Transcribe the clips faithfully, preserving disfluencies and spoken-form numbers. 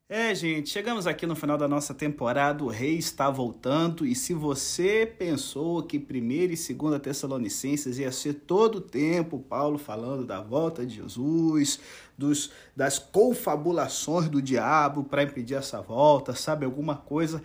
É, gente, chegamos aqui no final da nossa temporada, o Rei está voltando, e se você pensou que primeira e segunda Tessalonicenses ia ser todo o tempo Paulo falando da volta de Jesus, dos, das confabulações do diabo para impedir essa volta, sabe, alguma coisa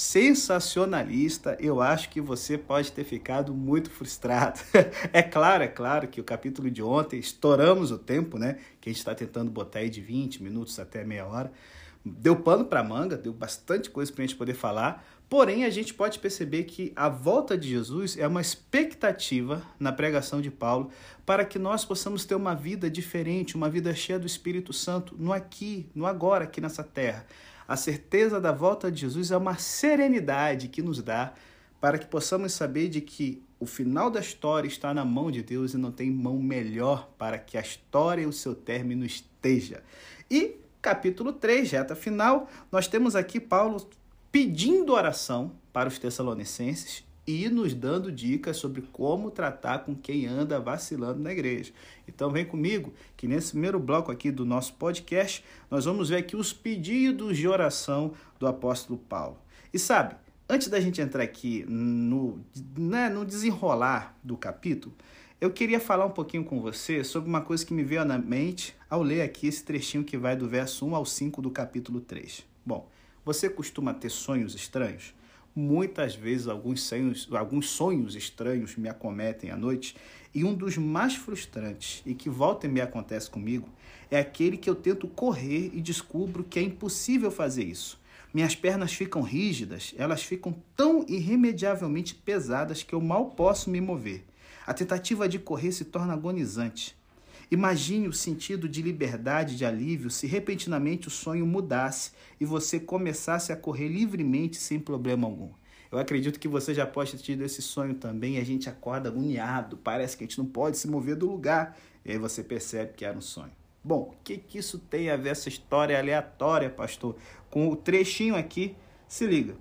sensacionalista, eu acho que você pode ter ficado muito frustrado. É claro, é claro que o capítulo de ontem, estouramos o tempo, né, que a gente está tentando botar aí de vinte minutos até meia hora, deu pano para manga, deu bastante coisa para a gente poder falar, porém a gente pode perceber que a volta de Jesus é uma expectativa na pregação de Paulo para que nós possamos ter uma vida diferente, uma vida cheia do Espírito Santo no aqui, no agora, aqui nessa terra. A certeza da volta de Jesus é uma serenidade que nos dá para que possamos saber de que o final da história está na mão de Deus e não tem mão melhor para que a história e o seu término esteja. E capítulo três, reta final, nós temos aqui Paulo pedindo oração para os Tessalonicenses e nos dando dicas sobre como tratar com quem anda vacilando na igreja. Então vem comigo que nesse primeiro bloco aqui do nosso podcast, nós vamos ver aqui os pedidos de oração do apóstolo Paulo. E sabe, antes da gente entrar aqui no, né, no desenrolar do capítulo, eu queria falar um pouquinho com você sobre uma coisa que me veio na mente ao ler aqui esse trechinho que vai do verso um ao cinco do capítulo três. Bom, você costuma ter sonhos estranhos? Muitas vezes alguns sonhos, alguns sonhos estranhos me acometem à noite e um dos mais frustrantes e que volta e me acontece comigo é aquele que eu tento correr e descubro que é impossível fazer isso. Minhas pernas ficam rígidas, elas ficam tão irremediavelmente pesadas que eu mal posso me mover. A tentativa de correr se torna agonizante. Imagine o sentido de liberdade, de alívio, se repentinamente o sonho mudasse e você começasse a correr livremente sem problema algum. Eu acredito que você já pode ter tido esse sonho também e a gente acorda agoniado, parece que a gente não pode se mover do lugar. E aí você percebe que era um sonho. Bom, o que, que isso tem a ver, essa história aleatória, pastor, com o trechinho aqui? Se liga.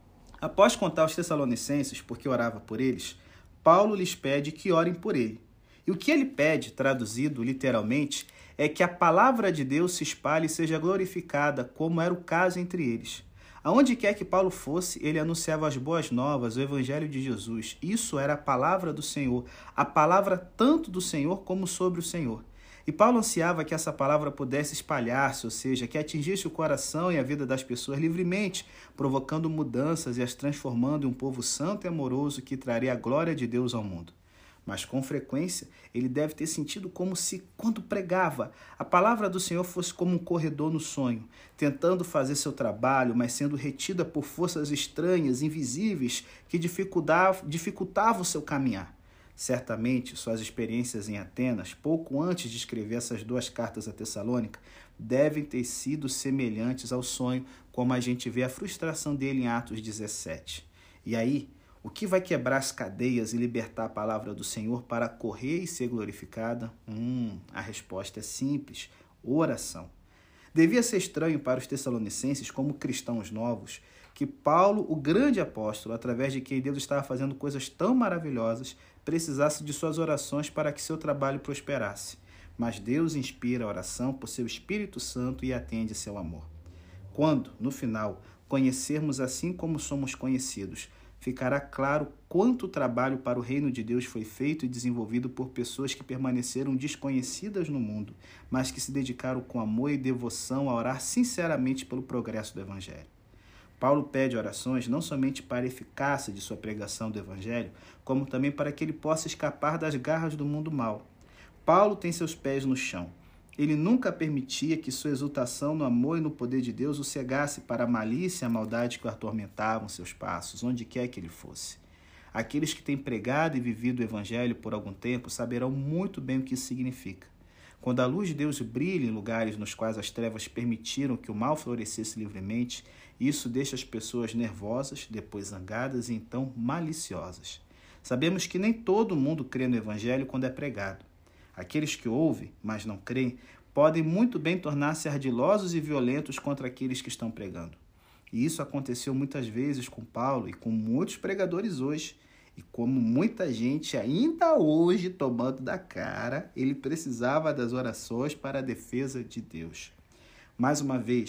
Após contar aos Tessalonicenses, porque orava por eles, Paulo lhes pede que orem por ele. E o que ele pede, traduzido literalmente, é que a palavra de Deus se espalhe e seja glorificada, como era o caso entre eles. Aonde quer que Paulo fosse, ele anunciava as boas novas, o evangelho de Jesus. Isso era a palavra do Senhor, a palavra tanto do Senhor como sobre o Senhor. E Paulo ansiava que essa palavra pudesse espalhar-se, ou seja, que atingisse o coração e a vida das pessoas livremente, provocando mudanças e as transformando em um povo santo e amoroso que traria a glória de Deus ao mundo. Mas com frequência, ele deve ter sentido como se, quando pregava, a palavra do Senhor fosse como um corredor no sonho, tentando fazer seu trabalho, mas sendo retida por forças estranhas, invisíveis, que dificultavam, dificultavam o seu caminhar. Certamente, suas experiências em Atenas, pouco antes de escrever essas duas cartas a Tessalônica, devem ter sido semelhantes ao sonho, como a gente vê a frustração dele em Atos dezessete. E aí, o que vai quebrar as cadeias e libertar a palavra do Senhor para correr e ser glorificada? Hum, a resposta é simples: oração. Devia ser estranho para os Tessalonicenses, como cristãos novos, que Paulo, o grande apóstolo, através de quem Deus estava fazendo coisas tão maravilhosas, precisasse de suas orações para que seu trabalho prosperasse. Mas Deus inspira a oração por seu Espírito Santo e atende seu amor. Quando, no final, conhecermos assim como somos conhecidos, ficará claro quanto trabalho para o reino de Deus foi feito e desenvolvido por pessoas que permaneceram desconhecidas no mundo, mas que se dedicaram com amor e devoção a orar sinceramente pelo progresso do Evangelho. Paulo pede orações não somente para a eficácia de sua pregação do Evangelho, como também para que ele possa escapar das garras do mundo mau. Paulo tem seus pés no chão. Ele nunca permitia que sua exultação no amor e no poder de Deus o cegasse para a malícia e a maldade que o atormentavam seus passos, onde quer que ele fosse. Aqueles que têm pregado e vivido o Evangelho por algum tempo saberão muito bem o que isso significa. Quando a luz de Deus brilha em lugares nos quais as trevas permitiram que o mal florescesse livremente, isso deixa as pessoas nervosas, depois zangadas e então maliciosas. Sabemos que nem todo mundo crê no Evangelho quando é pregado. Aqueles que ouvem, mas não creem, podem muito bem tornar-se ardilosos e violentos contra aqueles que estão pregando. E isso aconteceu muitas vezes com Paulo e com muitos pregadores hoje. E como muita gente ainda hoje tomando da cara, ele precisava das orações para a defesa de Deus. Mais uma vez,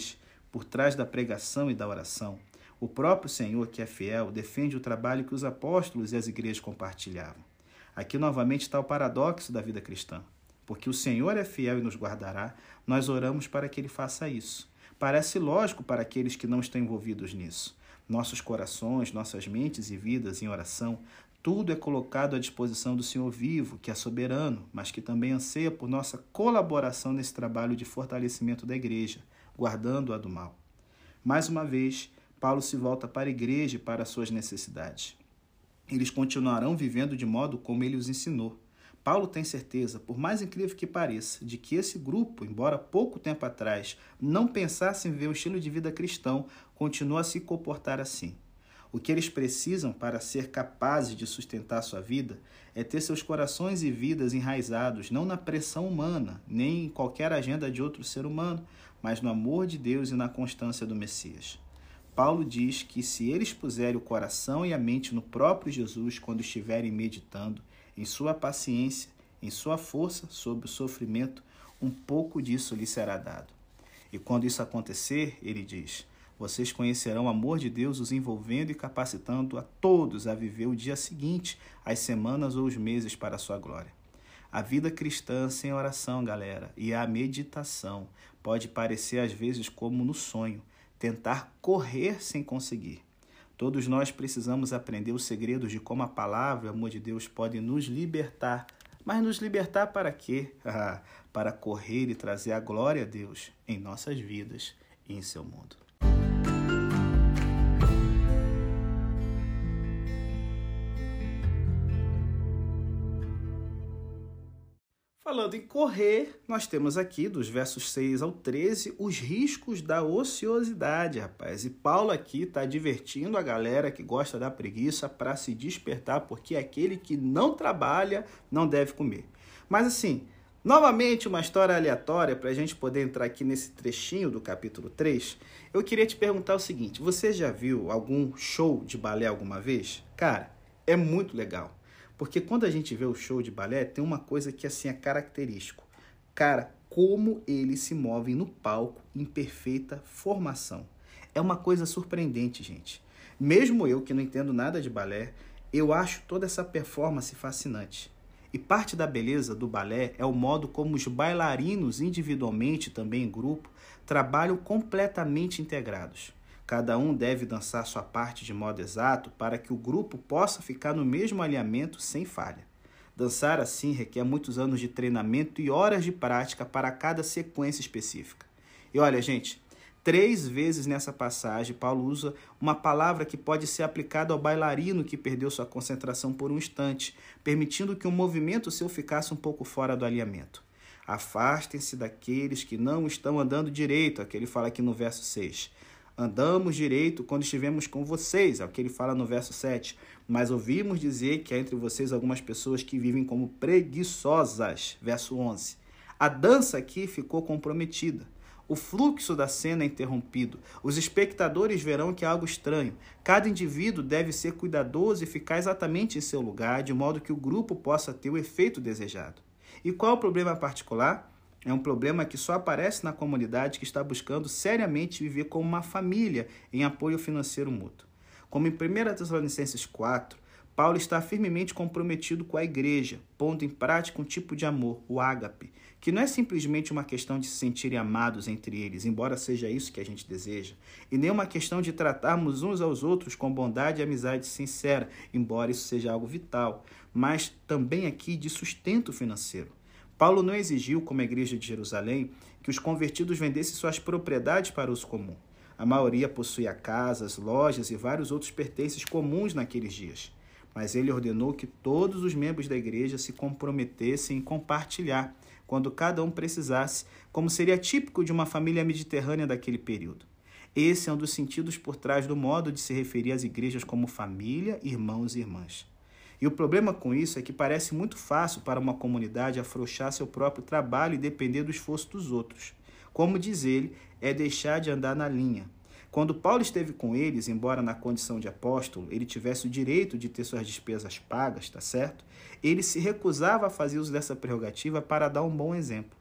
por trás da pregação e da oração. O próprio Senhor, que é fiel, defende o trabalho que os apóstolos e as igrejas compartilhavam. Aqui novamente está o paradoxo da vida cristã. Porque o Senhor é fiel e nos guardará, nós oramos para que Ele faça isso. Parece lógico para aqueles que não estão envolvidos nisso. Nossos corações, nossas mentes e vidas em oração, tudo é colocado à disposição do Senhor vivo, que é soberano, mas que também anseia por nossa colaboração nesse trabalho de fortalecimento da igreja, guardando-a do mal. Mais uma vez, Paulo se volta para a igreja e para as suas necessidades. Eles continuarão vivendo de modo como ele os ensinou. Paulo tem certeza, por mais incrível que pareça, de que esse grupo, embora pouco tempo atrás não pensasse em viver um estilo de vida cristão, continua a se comportar assim. O que eles precisam para ser capazes de sustentar sua vida é ter seus corações e vidas enraizados não na pressão humana, nem em qualquer agenda de outro ser humano, mas no amor de Deus e na constância do Messias. Paulo diz que se eles puserem o coração e a mente no próprio Jesus quando estiverem meditando, em sua paciência, em sua força sob o sofrimento, um pouco disso lhe será dado. E quando isso acontecer, ele diz, vocês conhecerão o amor de Deus os envolvendo e capacitando a todos a viver o dia seguinte, as semanas ou os meses para a sua glória. A vida cristã sem oração, galera, e a meditação pode parecer às vezes como no sonho, tentar correr sem conseguir. Todos nós precisamos aprender os segredos de como a palavra e o amor de Deus podem nos libertar. Mas nos libertar para quê? Ah, para correr e trazer a glória a Deus em nossas vidas e em seu mundo. Falando em correr, nós temos aqui, dos versos seis ao treze, os riscos da ociosidade, rapaz. E Paulo aqui está divertindo a galera que gosta da preguiça para se despertar, porque aquele que não trabalha não deve comer. Mas assim, novamente uma história aleatória para a gente poder entrar aqui nesse trechinho do capítulo três, eu queria te perguntar o seguinte, você já viu algum show de balé alguma vez? Cara, é muito legal. Porque quando a gente vê o show de balé, tem uma coisa que assim é característico. Cara, como eles se movem no palco em perfeita formação. É uma coisa surpreendente, gente. Mesmo eu, que não entendo nada de balé, eu acho toda essa performance fascinante. E parte da beleza do balé é o modo como os bailarinos, individualmente, também em grupo, trabalham completamente integrados. Cada um deve dançar sua parte de modo exato para que o grupo possa ficar no mesmo alinhamento sem falha. Dançar assim requer muitos anos de treinamento e horas de prática para cada sequência específica. E olha, gente, três vezes nessa passagem, Paulo usa uma palavra que pode ser aplicada ao bailarino que perdeu sua concentração por um instante, permitindo que o movimento seu ficasse um pouco fora do alinhamento. Afastem-se daqueles que não estão andando direito, é o que ele fala aqui no verso seis. Andamos direito quando estivemos com vocês, é o que ele fala no verso sete. Mas ouvimos dizer que há entre vocês algumas pessoas que vivem como preguiçosas, verso onze. A dança aqui ficou comprometida. O fluxo da cena é interrompido. Os espectadores verão que há algo estranho. Cada indivíduo deve ser cuidadoso e ficar exatamente em seu lugar, de modo que o grupo possa ter o efeito desejado. E qual é o problema particular? É um problema que só aparece na comunidade que está buscando seriamente viver como uma família em apoio financeiro mútuo. Como em primeira Tessalonicenses quatro, Paulo está firmemente comprometido com a igreja, pondo em prática um tipo de amor, o ágape, que não é simplesmente uma questão de se sentirem amados entre eles, embora seja isso que a gente deseja, e nem uma questão de tratarmos uns aos outros com bondade e amizade sincera, embora isso seja algo vital, mas também aqui de sustento financeiro. Paulo não exigiu, como a igreja de Jerusalém, que os convertidos vendessem suas propriedades para uso comum. A maioria possuía casas, lojas e vários outros pertences comuns naqueles dias. Mas ele ordenou que todos os membros da igreja se comprometessem em compartilhar, quando cada um precisasse, como seria típico de uma família mediterrânea daquele período. Esse é um dos sentidos por trás do modo de se referir às igrejas como família, irmãos e irmãs. E o problema com isso é que parece muito fácil para uma comunidade afrouxar seu próprio trabalho e depender do esforço dos outros. Como diz ele, é deixar de andar na linha. Quando Paulo esteve com eles, embora na condição de apóstolo, ele tivesse o direito de ter suas despesas pagas, tá certo? Ele se recusava a fazer uso dessa prerrogativa para dar um bom exemplo.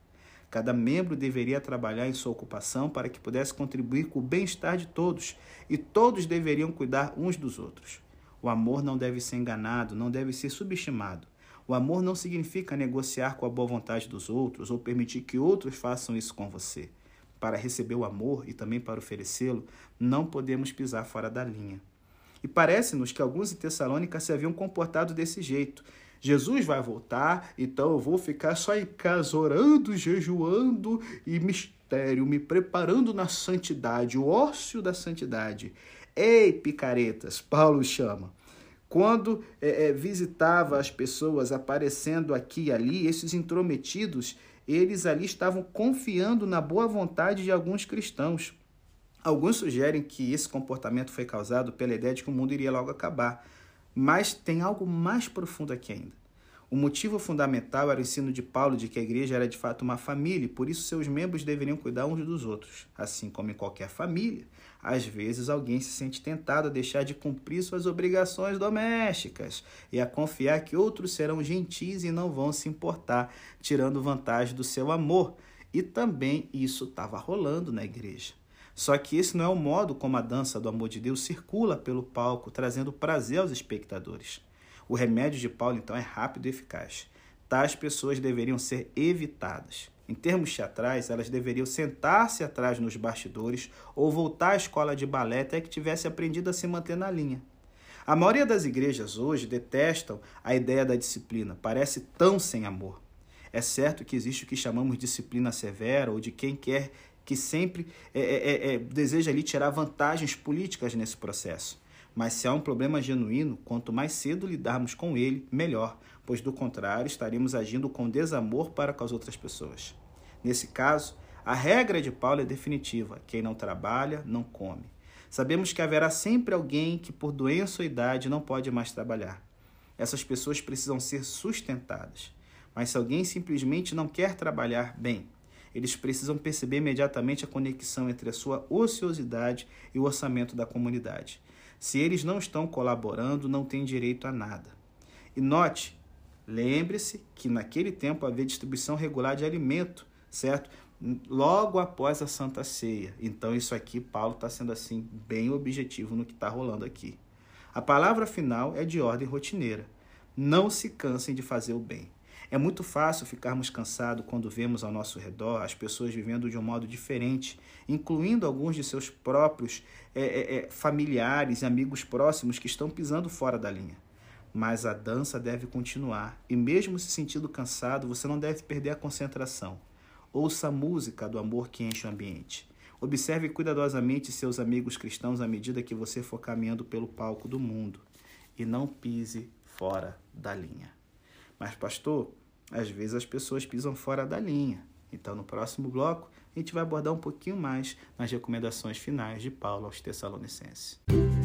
Cada membro deveria trabalhar em sua ocupação para que pudesse contribuir com o bem-estar de todos, e todos deveriam cuidar uns dos outros. O amor não deve ser enganado, não deve ser subestimado. O amor não significa negociar com a boa vontade dos outros ou permitir que outros façam isso com você. Para receber o amor e também para oferecê-lo, não podemos pisar fora da linha. E parece-nos que alguns em Tessalônica se haviam comportado desse jeito. Jesus vai voltar, então eu vou ficar só em casa orando, jejuando e mistério, me preparando na santidade, o ócio da santidade. Ei, picaretas, Paulo chama. Quando é, é, visitava as pessoas aparecendo aqui e ali, esses intrometidos, eles ali estavam confiando na boa vontade de alguns cristãos. Alguns sugerem que esse comportamento foi causado pela ideia de que o mundo iria logo acabar. Mas tem algo mais profundo aqui ainda. O motivo fundamental era o ensino de Paulo de que a igreja era de fato uma família, e por isso seus membros deveriam cuidar uns dos outros. Assim como em qualquer família, às vezes alguém se sente tentado a deixar de cumprir suas obrigações domésticas e a confiar que outros serão gentis e não vão se importar, tirando vantagem do seu amor. E também isso estava rolando na igreja. Só que esse não é o modo como a dança do amor de Deus circula pelo palco, trazendo prazer aos espectadores. O remédio de Paulo, então, é rápido e eficaz. Tais pessoas deveriam ser evitadas. Em termos teatrais, elas deveriam sentar-se atrás nos bastidores ou voltar à escola de balé até que tivesse aprendido a se manter na linha. A maioria das igrejas hoje detestam a ideia da disciplina, parece tão sem amor. É certo que existe o que chamamos de disciplina severa ou de quem quer que sempre é, é, é, deseja ali tirar vantagens políticas nesse processo. Mas se há um problema genuíno, quanto mais cedo lidarmos com ele, melhor, pois do contrário estaremos agindo com desamor para com as outras pessoas. Nesse caso, a regra de Paulo é definitiva: quem não trabalha, não come. Sabemos que haverá sempre alguém que por doença ou idade não pode mais trabalhar. Essas pessoas precisam ser sustentadas. Mas se alguém simplesmente não quer trabalhar, bem, eles precisam perceber imediatamente a conexão entre a sua ociosidade e o orçamento da comunidade. Se eles não estão colaborando, não têm direito a nada. E note, lembre-se que naquele tempo havia distribuição regular de alimento, certo? Logo após a Santa Ceia. Então isso aqui, Paulo está sendo assim bem objetivo no que está rolando aqui. A palavra final é de ordem rotineira. Não se cansem de fazer o bem. É muito fácil ficarmos cansados quando vemos ao nosso redor as pessoas vivendo de um modo diferente, incluindo alguns de seus próprios é, é, é, familiares e amigos próximos que estão pisando fora da linha. Mas a dança deve continuar, e mesmo se sentindo cansado, você não deve perder a concentração. Ouça a música do amor que enche o ambiente. Observe cuidadosamente seus amigos cristãos à medida que você for caminhando pelo palco do mundo. E não pise fora da linha. Mas, pastor, às vezes as pessoas pisam fora da linha. Então, no próximo bloco, a gente vai abordar um pouquinho mais nas recomendações finais de Paulo aos Tessalonicenses.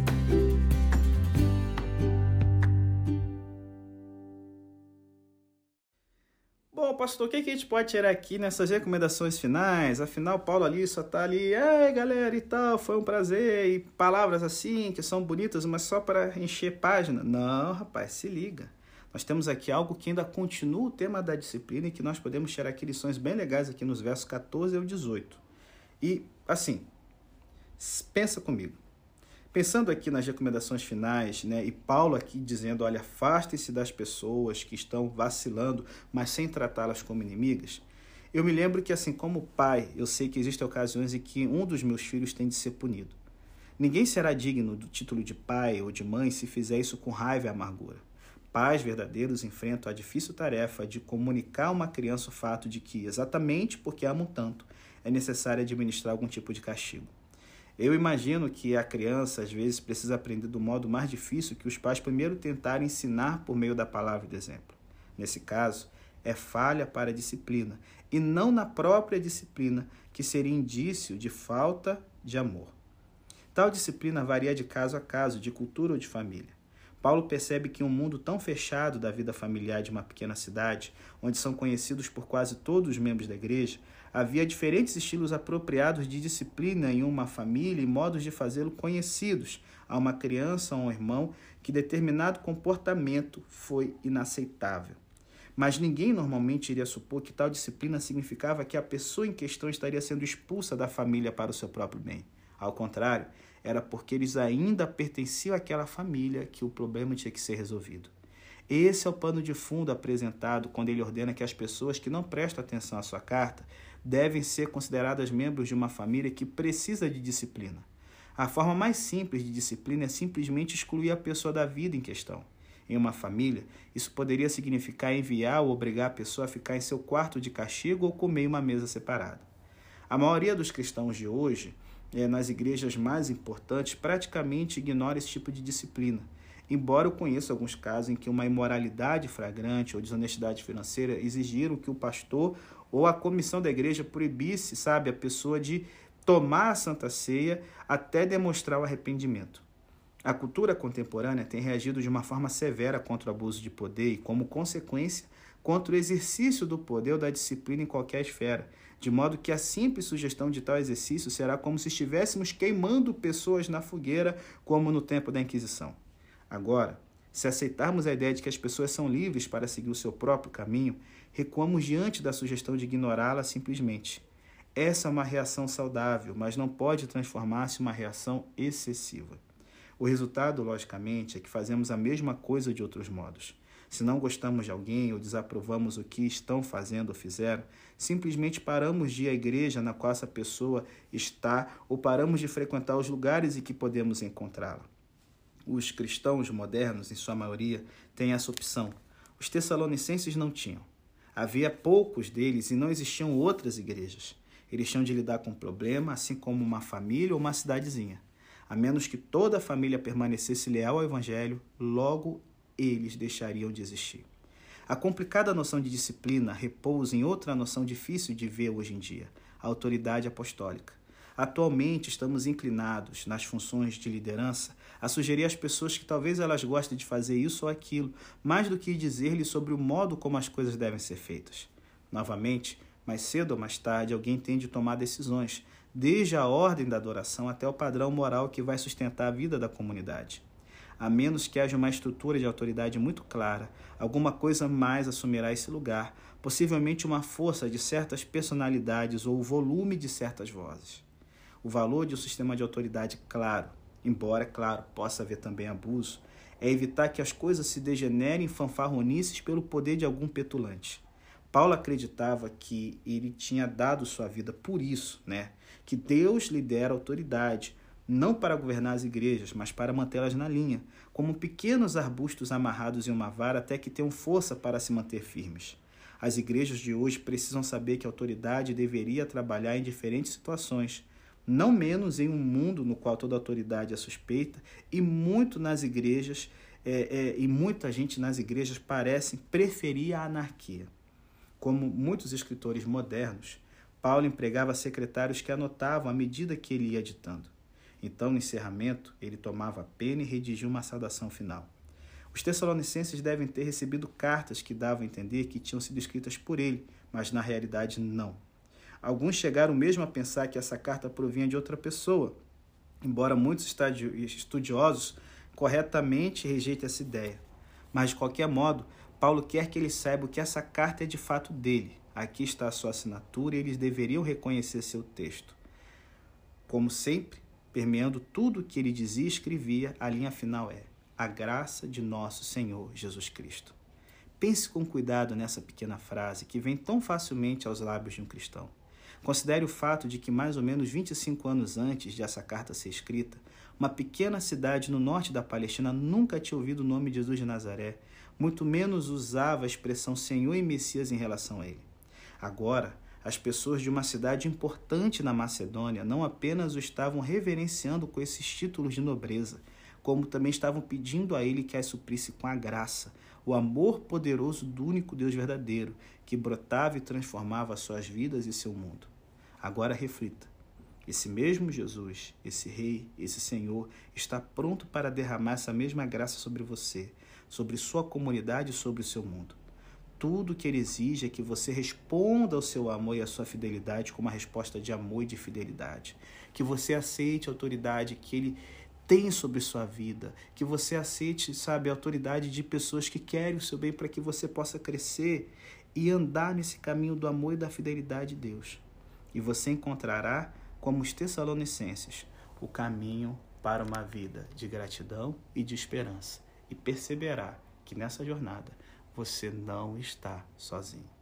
Bom, pastor, o que a gente pode tirar aqui nessas recomendações finais? Afinal, Paulo ali só tá ali, ei, galera, e tal, foi um prazer, e palavras assim, que são bonitas, mas só para encher página. Não, rapaz, se liga. Nós temos aqui algo que ainda continua o tema da disciplina e que nós podemos tirar aqui lições bem legais aqui nos versos quatorze ao dezoito. E, assim, pensa comigo. Pensando aqui nas recomendações finais, né, e Paulo aqui dizendo, olha, afastem-se das pessoas que estão vacilando, mas sem tratá-las como inimigas, eu me lembro que, assim como pai, eu sei que existem ocasiões em que um dos meus filhos tem de ser punido. Ninguém será digno do título de pai ou de mãe se fizer isso com raiva e amargura. Pais verdadeiros enfrentam a difícil tarefa de comunicar a uma criança o fato de que, exatamente porque amam tanto, é necessário administrar algum tipo de castigo. Eu imagino que a criança, às vezes, precisa aprender do modo mais difícil que os pais primeiro tentaram ensinar por meio da palavra e do exemplo. Nesse caso, é falha para a disciplina, e não na própria disciplina, que seria indício de falta de amor. Tal disciplina varia de caso a caso, de cultura ou de família. Paulo percebe que em um mundo tão fechado da vida familiar de uma pequena cidade, onde são conhecidos por quase todos os membros da igreja, havia diferentes estilos apropriados de disciplina em uma família e modos de fazê-lo conhecidos a uma criança ou a um irmão que determinado comportamento foi inaceitável. Mas ninguém normalmente iria supor que tal disciplina significava que a pessoa em questão estaria sendo expulsa da família para o seu próprio bem. Ao contrário, era porque eles ainda pertenciam àquela família que o problema tinha que ser resolvido. Esse é o pano de fundo apresentado quando ele ordena que as pessoas que não prestam atenção à sua carta devem ser consideradas membros de uma família que precisa de disciplina. A forma mais simples de disciplina é simplesmente excluir a pessoa da vida em questão. Em uma família, isso poderia significar enviar ou obrigar a pessoa a ficar em seu quarto de castigo ou comer em uma mesa separada. A maioria dos cristãos de hoje, é, nas igrejas mais importantes, praticamente ignora esse tipo de disciplina. Embora eu conheça alguns casos em que uma imoralidade flagrante ou desonestidade financeira exigiram que o pastor ou a comissão da igreja proibisse, sabe, a pessoa de tomar a Santa Ceia até demonstrar o arrependimento. A cultura contemporânea tem reagido de uma forma severa contra o abuso de poder e, como consequência, contra o exercício do poder ou da disciplina em qualquer esfera, de modo que a simples sugestão de tal exercício será como se estivéssemos queimando pessoas na fogueira, como no tempo da Inquisição. Agora, se aceitarmos a ideia de que as pessoas são livres para seguir o seu próprio caminho, recuamos diante da sugestão de ignorá-la simplesmente. Essa é uma reação saudável, mas não pode transformar-se em uma reação excessiva. O resultado, logicamente, é que fazemos a mesma coisa de outros modos. Se não gostamos de alguém ou desaprovamos o que estão fazendo ou fizeram, simplesmente paramos de ir à igreja na qual essa pessoa está ou paramos de frequentar os lugares em que podemos encontrá-la. Os cristãos modernos, em sua maioria, têm essa opção. Os tessalonicenses não tinham. Havia poucos deles e não existiam outras igrejas. Eles tinham de lidar com um problema, assim como uma família ou uma cidadezinha. A menos que toda a família permanecesse leal ao Evangelho, logo eles deixariam de existir. A complicada noção de disciplina repousa em outra noção difícil de ver hoje em dia, a autoridade apostólica. Atualmente, estamos inclinados, nas funções de liderança, a sugerir às pessoas que talvez elas gostem de fazer isso ou aquilo, mais do que dizer-lhes sobre o modo como as coisas devem ser feitas. Novamente, mais cedo ou mais tarde, alguém tem de tomar decisões, desde a ordem da adoração até o padrão moral que vai sustentar a vida da comunidade. A menos que haja uma estrutura de autoridade muito clara, alguma coisa mais assumirá esse lugar, possivelmente uma força de certas personalidades ou o volume de certas vozes. O valor de um sistema de autoridade claro, embora, claro, possa haver também abuso, é evitar que as coisas se degenerem em fanfarronices pelo poder de algum petulante. Paulo acreditava que ele tinha dado sua vida por isso, né? Que Deus lhe dera autoridade, não para governar as igrejas, mas para mantê-las na linha, como pequenos arbustos amarrados em uma vara até que tenham força para se manter firmes. As igrejas de hoje precisam saber que a autoridade deveria trabalhar em diferentes situações, não menos em um mundo no qual toda autoridade é suspeita e muito nas igrejas é, é, e muita gente nas igrejas parece preferir a anarquia. Como muitos escritores modernos, Paulo empregava secretários que anotavam à medida que ele ia ditando. Então, no encerramento, ele tomava a pena e redigia uma saudação final. Os tessalonicenses devem ter recebido cartas que davam a entender que tinham sido escritas por ele, mas na realidade não. Alguns chegaram mesmo a pensar que essa carta provinha de outra pessoa, embora muitos estudiosos corretamente rejeitem essa ideia. Mas, de qualquer modo, Paulo quer que eles saibam que essa carta é de fato dele. Aqui está a sua assinatura e eles deveriam reconhecer seu texto. Como sempre, permeando tudo o que ele dizia e escrevia, a linha final é: a graça de nosso Senhor Jesus Cristo. Pense com cuidado nessa pequena frase que vem tão facilmente aos lábios de um cristão. Considere o fato de que mais ou menos vinte e cinco anos antes de essa carta ser escrita, uma pequena cidade no norte da Palestina nunca tinha ouvido o nome de Jesus de Nazaré, muito menos usava a expressão Senhor e Messias em relação a ele. Agora, as pessoas de uma cidade importante na Macedônia não apenas o estavam reverenciando com esses títulos de nobreza, como também estavam pedindo a ele que as suprisse com a graça, o amor poderoso do único Deus verdadeiro, que brotava e transformava suas vidas e seu mundo. Agora reflita. Esse mesmo Jesus, esse Rei, esse Senhor, está pronto para derramar essa mesma graça sobre você, sobre sua comunidade e sobre o seu mundo. Tudo que ele exige é que você responda ao seu amor e à sua fidelidade com uma resposta de amor e de fidelidade. Que você aceite a autoridade que ele tem sobre sua vida, que você aceite, sabe, a autoridade de pessoas que querem o seu bem para que você possa crescer e andar nesse caminho do amor e da fidelidade de Deus. E você encontrará, como os Tessalonicenses, o caminho para uma vida de gratidão e de esperança. E perceberá que nessa jornada você não está sozinho.